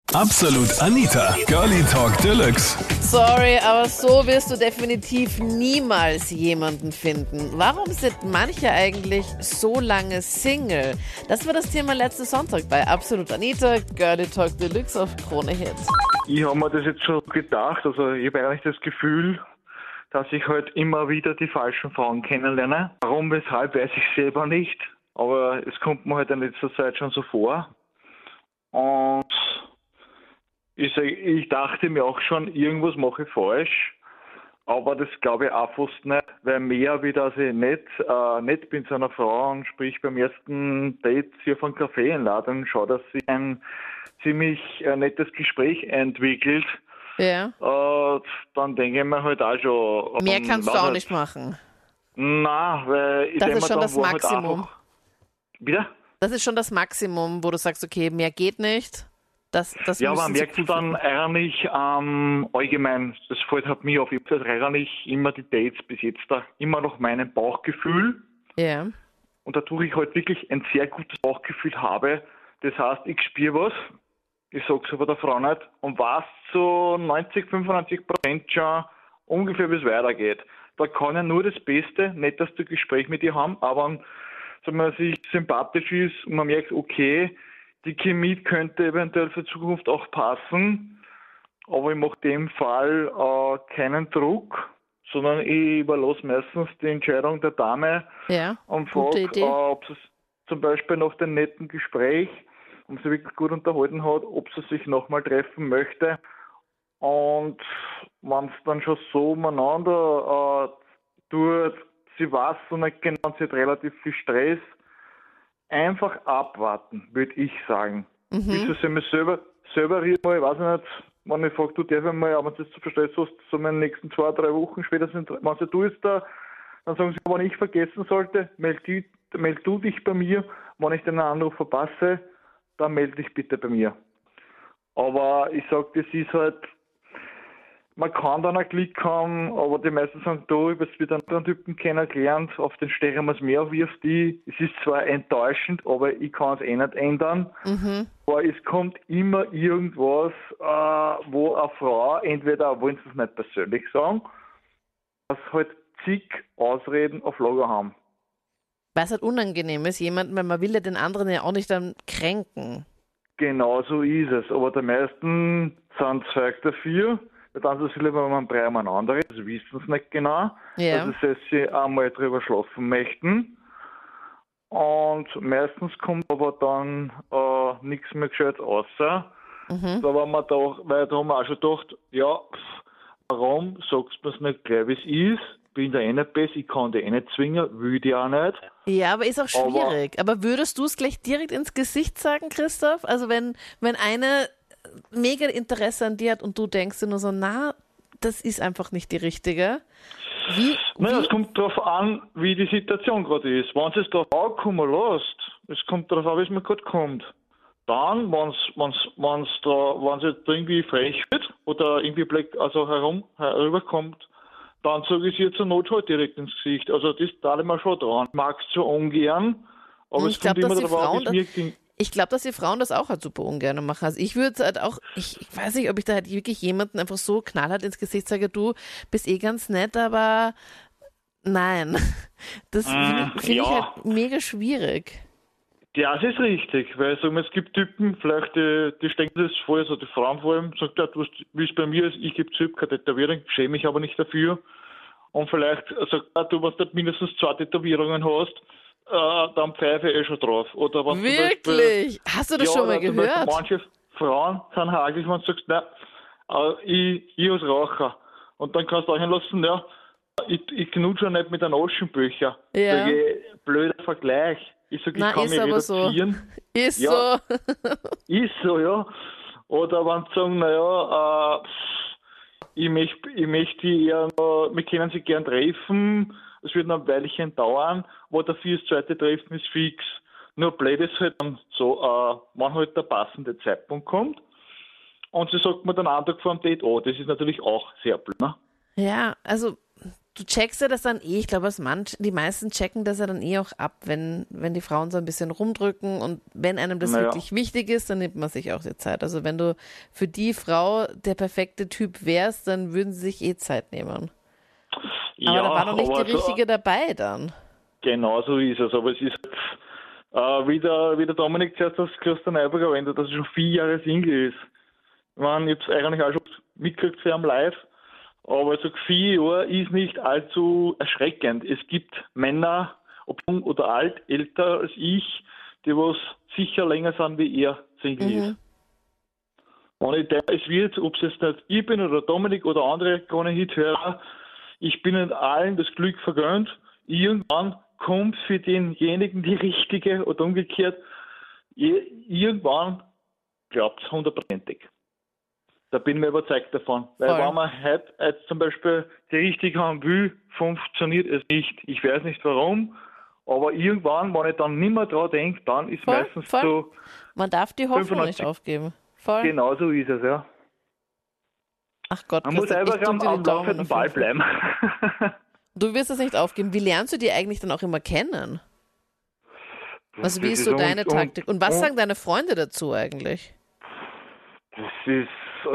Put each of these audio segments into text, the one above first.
Absolut Anita, Girlie Talk Deluxe. Sorry, aber so wirst du definitiv niemals jemanden finden. Warum sind manche eigentlich so lange Single? Das war das Thema letzten Sonntag bei Absolut Anita, Girlie Talk Deluxe auf Krone Hit. Ich habe mir das jetzt schon gedacht, also ich habe eigentlich das Gefühl, dass ich halt immer wieder die falschen Frauen kennenlerne. Warum, weshalb, weiß ich selber nicht, aber es kommt mir halt in letzter Zeit schon so vor. Und ich dachte mir auch schon, irgendwas mache ich falsch, aber das glaube ich auch fast nicht, weil mehr wie dass ich nicht bin zu einer Frau und sprich beim ersten Date sie auf einen Kaffee einlade und schaue, dass sie ein ziemlich nettes Gespräch entwickelt. Ja. Dann denke ich mir halt auch schon. Mehr kannst du auch nicht machen. Nein, weil ich Das denke ist mir, schon dann das war Maximum. Halt einfach, bitte? Das ist schon das Maximum, wo du sagst, okay, mehr geht nicht. Das Ja, müssen man sie merkt cool dann finden. eigentlich allgemein, das fällt halt mir auf, ich habe eigentlich immer die Dates bis jetzt da immer nach meinem Bauchgefühl Ja. und dadurch ich halt wirklich ein sehr gutes Bauchgefühl habe. Das heißt, ich spüre was, ich sage es aber der Frau nicht und weiß zu 90-95% schon ungefähr, wie es weitergeht. Da kann ja nur das Beste, nicht dass du Gespräch mit ihr haben, aber wenn man sich sympathisch ist und man merkt, okay, die Chemie könnte eventuell für die Zukunft auch passen, aber ich mache dem Fall keinen Druck, sondern ich überlasse meistens die Entscheidung der Dame Ja, und gute frage, Idee. ob sie zum Beispiel nach dem netten Gespräch, um sie wirklich gut unterhalten hat, ob sie sich nochmal treffen möchte. Und wenn es dann schon so umeinander tut, sie weiß so nicht genau, sie hat relativ viel Stress, einfach abwarten, würde ich sagen. Bis sie sich mal selber riecht, mal, ich weiß nicht, wenn ich frage, du darfst mal, aber wenn du das zu verstehst hast, so in den nächsten 2-3 Wochen spätestens, wenn sie du ist da, dann sagen sie, wenn ich vergessen sollte, meld du dich bei mir, wenn ich den Anruf verpasse, dann melde dich bitte bei mir. Aber ich sag, das ist halt, man kann dann einen Klick haben, aber die meisten sagen, du, ich habe jetzt wieder einen anderen Typen kennengelernt, auf den stechen wir es mehr auf wie auf die. Es ist zwar enttäuschend, aber ich kann es eh nicht ändern. Aber es kommt immer irgendwas, wo eine Frau, entweder wollen sie es nicht persönlich sagen, dass halt zig Ausreden auf Lager haben. Weil es halt unangenehm ist, jemanden, weil man will ja den anderen ja auch nicht dann kränken. Genau so ist es. Aber die meisten sind Zeug dafür. Dann sind sie lieber, wenn man Brei umeinander ist, das wissen sie nicht genau, Ja. dass sie einmal drüber schlafen möchten. Und meistens kommt aber dann nichts mehr Gescheites außer. Da waren wir da, weil da haben wir auch schon gedacht, ja, warum sagst du mir es nicht gleich, wie es ist? Bin da eh nicht besser, ich kann dich eh nicht zwingen, will ich auch nicht. Ja, aber ist auch schwierig. Aber würdest du es gleich direkt ins Gesicht sagen, Christoph? Also wenn eine mega Interesse an dir hat und du denkst dir nur so, na, das ist einfach nicht die richtige. Naja, es kommt darauf an, wie die Situation gerade ist. Wenn es da ankommen lässt, es kommt darauf an, wie es mir gerade kommt. Dann, wenn es da irgendwie frech wird oder irgendwie herüberkommt, dann sage ich es ihr zur Not halt direkt ins Gesicht. Also das teile ich mir schon dran. Mag's so ungern, aber Ich es kommt glaube, immer dass darauf an, wie es mir ich glaube, dass die Frauen das auch halt super ungern machen. Also ich würde halt auch, ich weiß nicht, ob ich da halt wirklich jemanden einfach so knallhart ins Gesicht sage, du bist eh ganz nett, aber nein. Das finde ich ja. halt mega schwierig. Ja, das ist richtig, weil sagen wir, es gibt Typen, vielleicht die stecken das vor, also die Frauen vor allem, sagt ja, du wie es bei mir ist, ich gebe zu, keine Tätowierung, schäme mich aber nicht dafür. Und vielleicht sagt er, du, wenn du nicht mindestens 2 Tätowierungen hast, dann pfeife ich eh schon drauf. Oder wenn Wirklich? Hast du das schon mal zum Beispiel gehört? manche Frauen sind hagelig, wenn du sagst, nein, ich als Raucher. Und dann kannst du auch lassen, ja, ich knutsche ja nicht mit einem Aschenbecher. Ja. Blöder Vergleich. Ich sage, ich Na, kann ist mich aber so. reduzieren. Ist Ja. so. Ist so, ja. Oder wenn sie sagen, naja, ich möchte eher noch, wir können sie gern treffen, es wird noch ein Weilchen dauern, aber dafür das zweite Treffen ist fix. Nur blöd ist halt dann so, wann halt der passende Zeitpunkt kommt. Und sie sagt mir dann einen Tag vor dem Date, oh, das ist natürlich auch sehr blöd, ne? Ja, also du checkst ja das dann ich glaube, die meisten checken das ja dann auch ab, wenn die Frauen so ein bisschen rumdrücken und wenn einem das wirklich wichtig ist, dann nimmt man sich auch die Zeit. Also wenn du für die Frau der perfekte Typ wärst, dann würden sie sich Zeit nehmen. Aber da war noch nicht die richtige dabei dann. Genau so ist es, aber es ist wie der Dominik zuerst das Kloster Neuburg erwähnt hat, dass er schon 4 Jahre Single ist. Ich meine, ich habe es eigentlich auch schon mitgekriegt für am Live, aber ich sage, 4 Jahre ist nicht allzu erschreckend. Es gibt Männer, ob jung oder alt, älter als ich, die was sicher länger sind, wie er Single ist. Und ich denke, es wird, ob es jetzt nicht ich bin oder Dominik oder andere Krone-Hit-Hörer, ich bin in allen das Glück vergönnt. Irgendwann kommt für denjenigen die richtige oder umgekehrt. Irgendwann glaubt es 100%ig. Da bin ich mir überzeugt davon. Weil wenn man heute zum Beispiel die richtige haben will, funktioniert es nicht. Ich weiß nicht warum, aber irgendwann, wenn ich dann nicht mehr dran denke, dann ist meistens so... Man darf die Hoffnung nicht aufgeben. Voll. Genau so ist es, ja. Ach Gott, man muss einfach am laufenden Ball bleiben. Du wirst es nicht aufgeben. Wie lernst du die eigentlich dann auch immer kennen? Also wie ist so deine Taktik? Und was sagen deine Freunde dazu eigentlich? Das ist,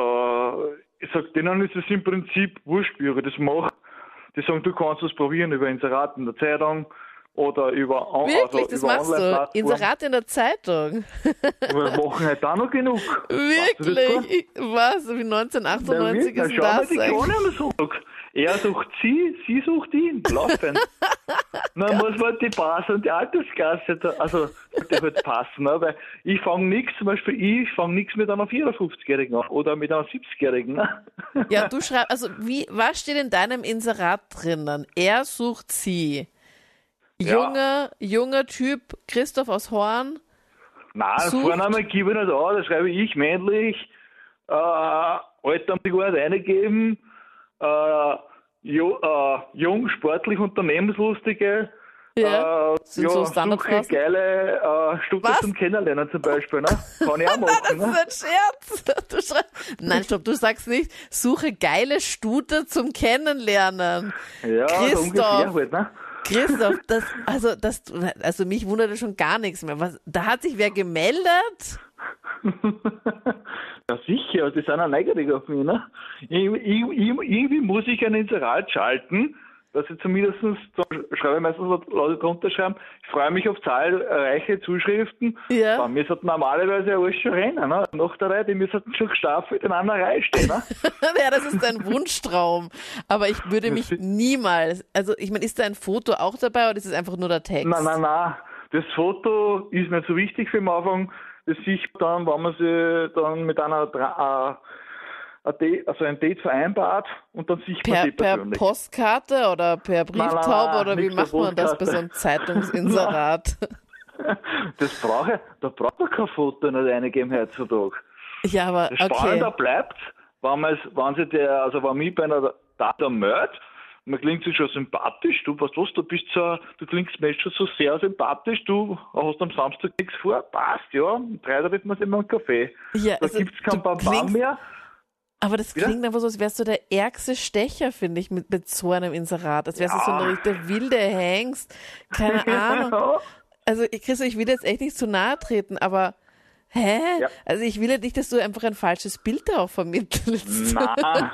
ich sag denen ist es im Prinzip wurscht, wie ich das mache. Die sagen, du kannst es probieren über Inserat in der Zeitung oder über Wirklich, das machst du? Inserat in der Zeitung? Wir machen halt auch noch genug. Wirklich? Was? Wie 1998 ist das eigentlich? Er sucht sie sucht ihn, laufend. Dann muss man die passende Altersklasse, also sollte halt passen, ne? Weil ich fange nichts mit einer 54-Jährigen an oder mit einer 70-Jährigen. Ne? Ja, du schreibst, also was steht in deinem Inserat drinnen? Er sucht sie. Junger Typ, Christoph aus Horn. Nein, Vorname gebe ich nicht an, da schreibe ich männlich, Alter muss ich gar nicht eingeben, jung, sportlich, unternehmenslustige, so suche geile Stücke zum Kennenlernen zum Beispiel, ne? Kann ich auch machen. Das ist ein Scherz. Nein, stopp, du sagst nicht, suche geile Stute zum Kennenlernen. Ja, Christoph, so ungefähr halt, ne? Christoph, also mich wundert schon gar nichts mehr. Da hat sich wer gemeldet? Ja sicher, die sind auch neugierig auf mich. Ne? Irgendwie muss ich ein Inserat schalten, dass ich zumindest, da schreibe ich meistens Leute drunter schreiben, ich freue mich auf zahlreiche Zuschriften. Ja. Dann müssen normalerweise alles schon rennen. Ne? Nach der Reihe, die müssen schon gestaffelt in einer Reihe stehen. Ne? Ja, das ist ein Wunschtraum. Aber ich würde mich niemals, also ich meine, ist da ein Foto auch dabei oder ist es einfach nur der Text? Nein. Das Foto ist nicht so wichtig für den Anfang. Das sieht man dann, wenn man sich dann mit ein Date vereinbart und dann sieht man die persönlich. Per Postkarte oder per Brieftaube oder wie macht man das bei so einem Zeitungsinserat? Da braucht man kein Foto nicht eingeben heutzutage. Ja, aber das Spannende bleibt, wenn mich bei einer Dame meldet, man klingt sich schon sympathisch, du weißt was, du klingst mir schon so sehr sympathisch, du hast am Samstag nichts vor, passt, ja, um 3 da wird man immer einen Kaffee. Ja, da gibt es kein Bam mehr. Aber das klingt einfach so, als wärst du der ärgste Stecher, finde ich, mit so einem Inserat. Als wärst du so ein richtig wilde Hengst. Keine Ahnung. Also, Christoph, ich will jetzt echt nicht zu nahe treten, aber hä? Ja. Also, ich will ja nicht, dass du einfach ein falsches Bild darauf vermittelst. Nein.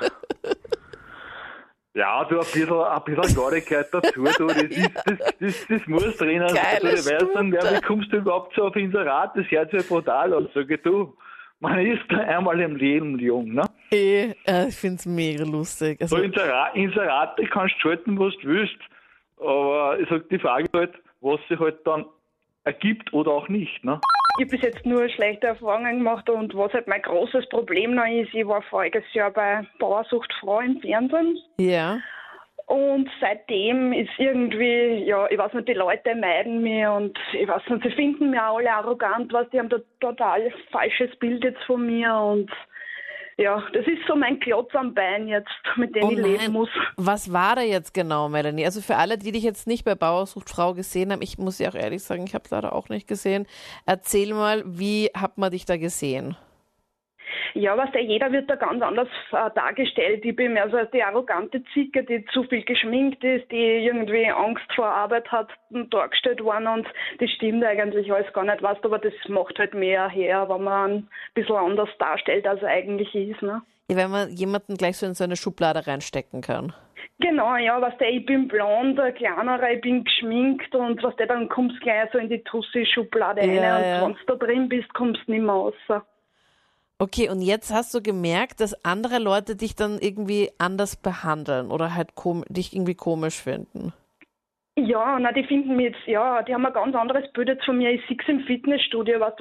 Ja, du, ein bisschen Garigkeit dazu, du, das muss drinnen sein. Du weißt dann, wie kommst du überhaupt so auf Inserat? Das hört sich brutal an, sage du. Man ist einmal im Leben jung, ne? Ich finde es mega lustig. Also, so Inserate kannst du schalten, was du willst, aber ich sag die Frage halt, was sich halt dann ergibt oder auch nicht, ne? Ich habe bis jetzt nur schlechte Erfahrungen gemacht und was halt mein großes Problem noch ist, ich war voriges Jahr bei Bauersucht Frau im Fernsehen. Ja. Und seitdem ist irgendwie, ja, ich weiß nicht, die Leute meiden mich und ich weiß nicht, sie finden mich alle arrogant, die haben da total falsches Bild jetzt von mir und ja, das ist so mein Klotz am Bein jetzt, mit dem ich leben muss. Was war da jetzt genau, Melanie? Also für alle, die dich jetzt nicht bei Bauersucht Frau gesehen haben, ich muss ja auch ehrlich sagen, ich habe es leider auch nicht gesehen. Erzähl mal, wie hat man dich da gesehen? Ja, was jeder wird da ganz anders dargestellt. Ich bin mehr so als die arrogante Zicke, die zu viel geschminkt ist, die irgendwie Angst vor Arbeit hat, dargestellt worden und das stimmt eigentlich alles gar nicht, weißt, aber das macht halt mehr her, wenn man ein bisschen anders darstellt, als er eigentlich ist. Ne? Ja, wenn man jemanden gleich so in so eine Schublade reinstecken kann. Genau, ja, ich bin blond, ein kleinerer, ich bin geschminkt und dann kommst du gleich so in die Tussi-Schublade rein und wenn du da drin bist, kommst du nicht mehr raus. Okay, und jetzt hast du gemerkt, dass andere Leute dich dann irgendwie anders behandeln oder halt dich irgendwie komisch finden. Ja, die finden mich jetzt, die haben ein ganz anderes Bild jetzt von mir. Ich sehe es im Fitnessstudio, weißt du,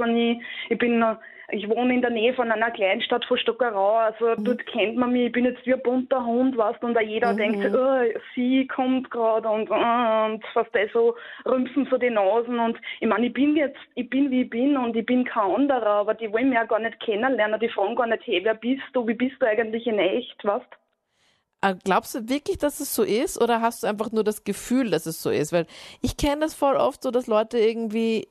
ich wohne in der Nähe von einer Kleinstadt von Stockerau, also dort kennt man mich, ich bin jetzt wie ein bunter Hund, weißt du, und jeder denkt, sie kommt gerade und was da so rümpfen so die Nasen und ich meine, ich bin wie ich bin und ich bin kein anderer, aber die wollen mich ja gar nicht kennenlernen, die fragen gar nicht, hey, wer bist du, wie bist du eigentlich in echt, weißt du? Glaubst du wirklich, dass es so ist oder hast du einfach nur das Gefühl, dass es so ist? Weil ich kenne das voll oft so, dass Leute irgendwie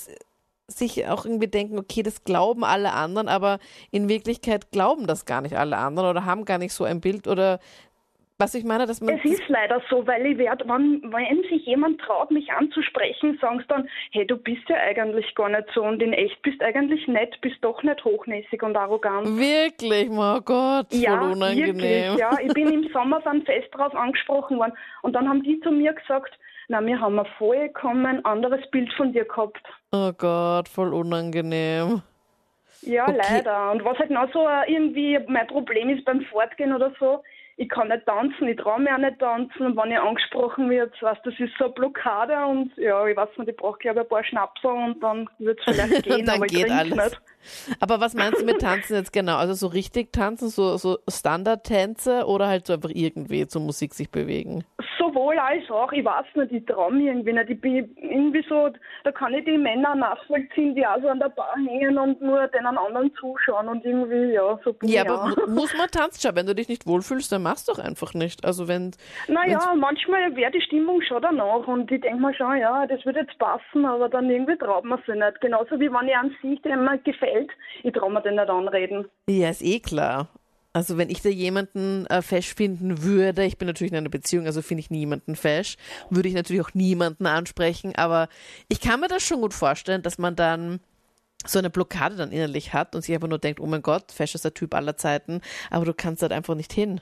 sich auch irgendwie denken, okay, das glauben alle anderen, aber in Wirklichkeit glauben das gar nicht alle anderen oder haben gar nicht so ein Bild oder was ich meine, dass man... Es ist leider so, weil wenn sich jemand traut, mich anzusprechen, sagen sie dann, hey, du bist ja eigentlich gar nicht so und in echt bist eigentlich nett, bist doch nicht hochnäsig und arrogant. Wirklich? Oh Gott, voll unangenehm. Wirklich, ja. Ich bin im Sommer auf einem Fest drauf angesprochen worden und dann haben die zu mir gesagt, na, wir haben ein vollkommen anderes Bild von dir gehabt. Oh Gott, voll unangenehm. Ja, okay. Leider. Und was halt noch so irgendwie mein Problem ist beim Fortgehen oder so, ich kann nicht tanzen, ich traue mir auch nicht tanzen und wenn ich angesprochen wird, weißt, das ist so eine Blockade und ja, ich weiß nicht, ich brauche glaube ich ein paar Schnapsel und dann wird es vielleicht gehen, dann aber geht ich trinke alles. nicht. Aber was meinst du mit Tanzen jetzt genau? Also so richtig tanzen, so Standardtänze oder halt so einfach irgendwie zur Musik sich bewegen? Sowohl als auch, ich weiß nicht, ich traue mich irgendwie nicht. Ich bin irgendwie so, da kann ich die Männer nachvollziehen, die auch so an der Bar hängen und nur den anderen zuschauen und irgendwie, ja, so bin ich aber auch. muss man tanzen schauen? Wenn du dich nicht wohlfühlst, dann machst du doch einfach nicht. Also Naja, manchmal wäre die Stimmung schon danach und ich denke mir schon, ja, das wird jetzt passen, aber dann irgendwie traut man sich nicht. Genauso wie wenn ich an sich, der mir gefällt, ich traue mir den nicht anreden. Ja, ist eh klar. Also wenn ich da jemanden fesch finden würde, ich bin natürlich in einer Beziehung, also finde ich niemanden fesch, würde ich natürlich auch niemanden ansprechen, aber ich kann mir das schon gut vorstellen, dass man dann so eine Blockade dann innerlich hat und sich einfach nur denkt, oh mein Gott, feschester Typ aller Zeiten, aber du kannst halt einfach nicht hin.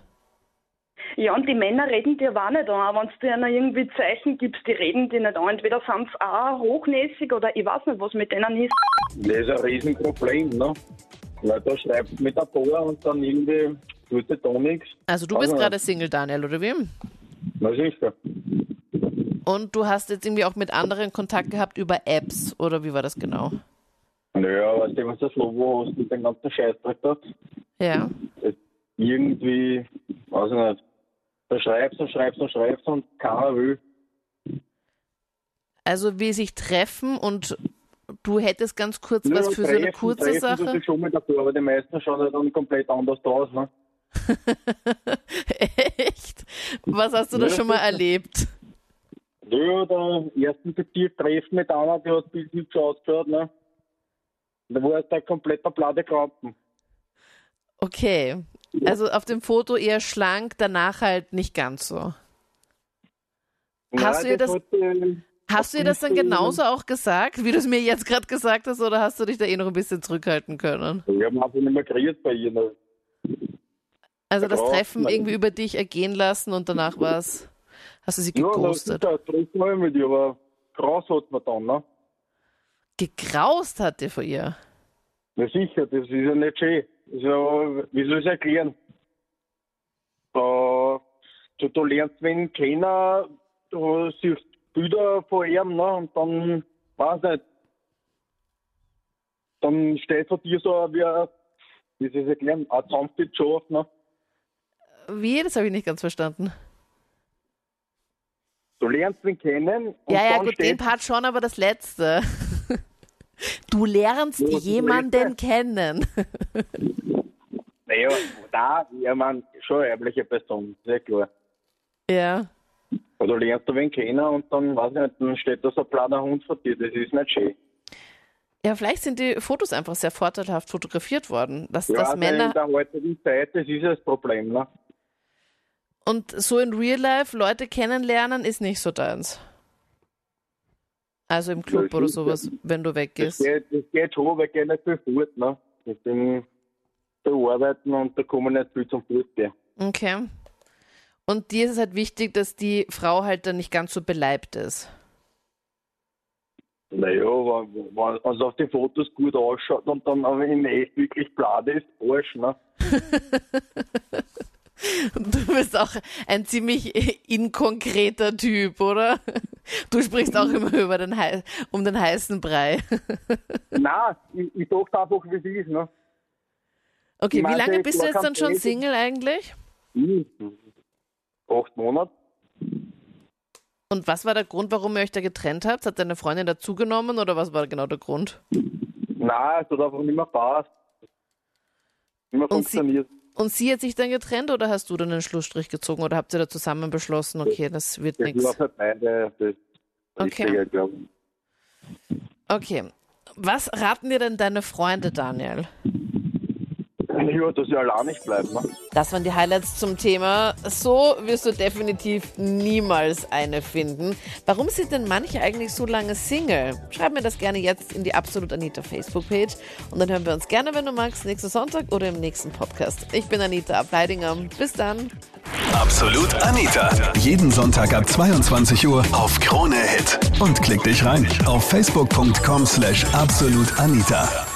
Ja, und die Männer reden dir auch nicht an. Wenn du ihnen irgendwie Zeichen gibst, die reden dir nicht an. Entweder sind sie auch hochnäsig oder ich weiß nicht, was mit denen ist. Das ist ein Riesenproblem, ne? Weil da schreibt mit der Tor und dann irgendwie tut es da nichts. Also du bist gerade Single, Daniel, oder wie? Na sicher. Und du hast jetzt irgendwie auch mit anderen Kontakt gehabt über Apps, oder wie war das genau? Naja, weißt du, was das Logo hast mit dem ganzen Scheißdreck hat? Ja. Irgendwie, weiß ich nicht, da schreibst und keiner will. Also wie sich treffen und du hättest ganz kurz was für so eine kurze Sache? Das ist schon mit davor, aber die meisten schauen halt dann komplett anders aus, ne? Echt? Was hast du da schon mal erlebt? Ja, der ersten Treffen mit einer, die hat bis hübsch ausgeschaut, ne? Da war es ein kompletter platte Krampen. Okay. Also auf dem Foto eher schlank, danach halt nicht ganz so. Hast du ihr das dann genauso auch gesagt, wie du es mir jetzt gerade gesagt hast, oder hast du dich da noch ein bisschen zurückhalten können? Ich habe einfach nicht mehr geredet bei ihr. Ne? Also das Treffen irgendwie über dich ergehen lassen und danach hast du sie geghostet? Ja, das Treffen habe ich mit ihr, aber graus hat man dann, ne? Gegraust hat dir vor ihr? Ja sicher, das ist ja nicht schön. Also, wie soll ich es erklären? Du lernst wen kennen, du siehst Bilder von ihm, ne? Und dann, weiß nicht, dann steht vor dir so wie soll ich es erklären, ein Zahnfeld schon auf, ne? Wie? Das habe ich nicht ganz verstanden. Du lernst ihn kennen. Und ja, gut, den Part schon, aber das Letzte. Du lernst jemanden kennen. Naja, ich meine, schon eine ehrliche Person, sehr klar. Ja. Aber du lernst wen kennen und dann, weiß ich nicht, dann steht da so ein planer Hund vor dir, das ist nicht schön. Ja, vielleicht sind die Fotos einfach sehr vorteilhaft fotografiert worden, dass Also Männer in der heutigen Zeit, das ist das Problem, ne? und so in Real Life Leute kennenlernen ist nicht so deins. Also im Club Ja, oder sicher. sowas, wenn du Das weggehst. geht schon, weil ich gehe nicht viel fort, ne? Ich bin da arbeiten und da kommen nicht viel zum Fortgehen. Okay. Und dir ist es halt wichtig, dass die Frau halt dann nicht ganz so beleibt ist. Naja, wenn es auf die Fotos gut ausschaut und dann aber in echt wirklich blade ist, Arsch, ne? Du bist auch ein ziemlich inkonkreter Typ, oder? Du sprichst auch immer über um den heißen Brei. Nein, ich sag's einfach, wie es ist, ne? Okay, Ich wie meine, lange ich bist du war jetzt dann schon kein Single eigentlich? 8 Monate. Und was war der Grund, warum ihr euch da getrennt habt? Hat deine Freundin dazugenommen oder was war genau der Grund? Nein, es hat einfach nicht mehr passt. Nicht mehr funktioniert. Und sie hat sich dann getrennt oder hast du dann einen Schlussstrich gezogen oder habt ihr da zusammen beschlossen, okay, das wird Das nichts? war für beide das Okay. Richtige, glaube ich. Okay. Was raten dir denn deine Freunde, Daniel? Ja, dass ich allein nicht bleibe, ne? Das waren die Highlights zum Thema. So wirst du definitiv niemals eine finden. Warum sind denn manche eigentlich so lange Single? Schreib mir das gerne jetzt in die Absolut Anita Facebook-Page und dann hören wir uns gerne, wenn du magst, nächsten Sonntag oder im nächsten Podcast. Ich bin Anita Ableidinger. Bis dann. Absolut Anita. Jeden Sonntag ab 22 Uhr auf Krone Hit. Und klick dich rein auf facebook.com/absolutanita.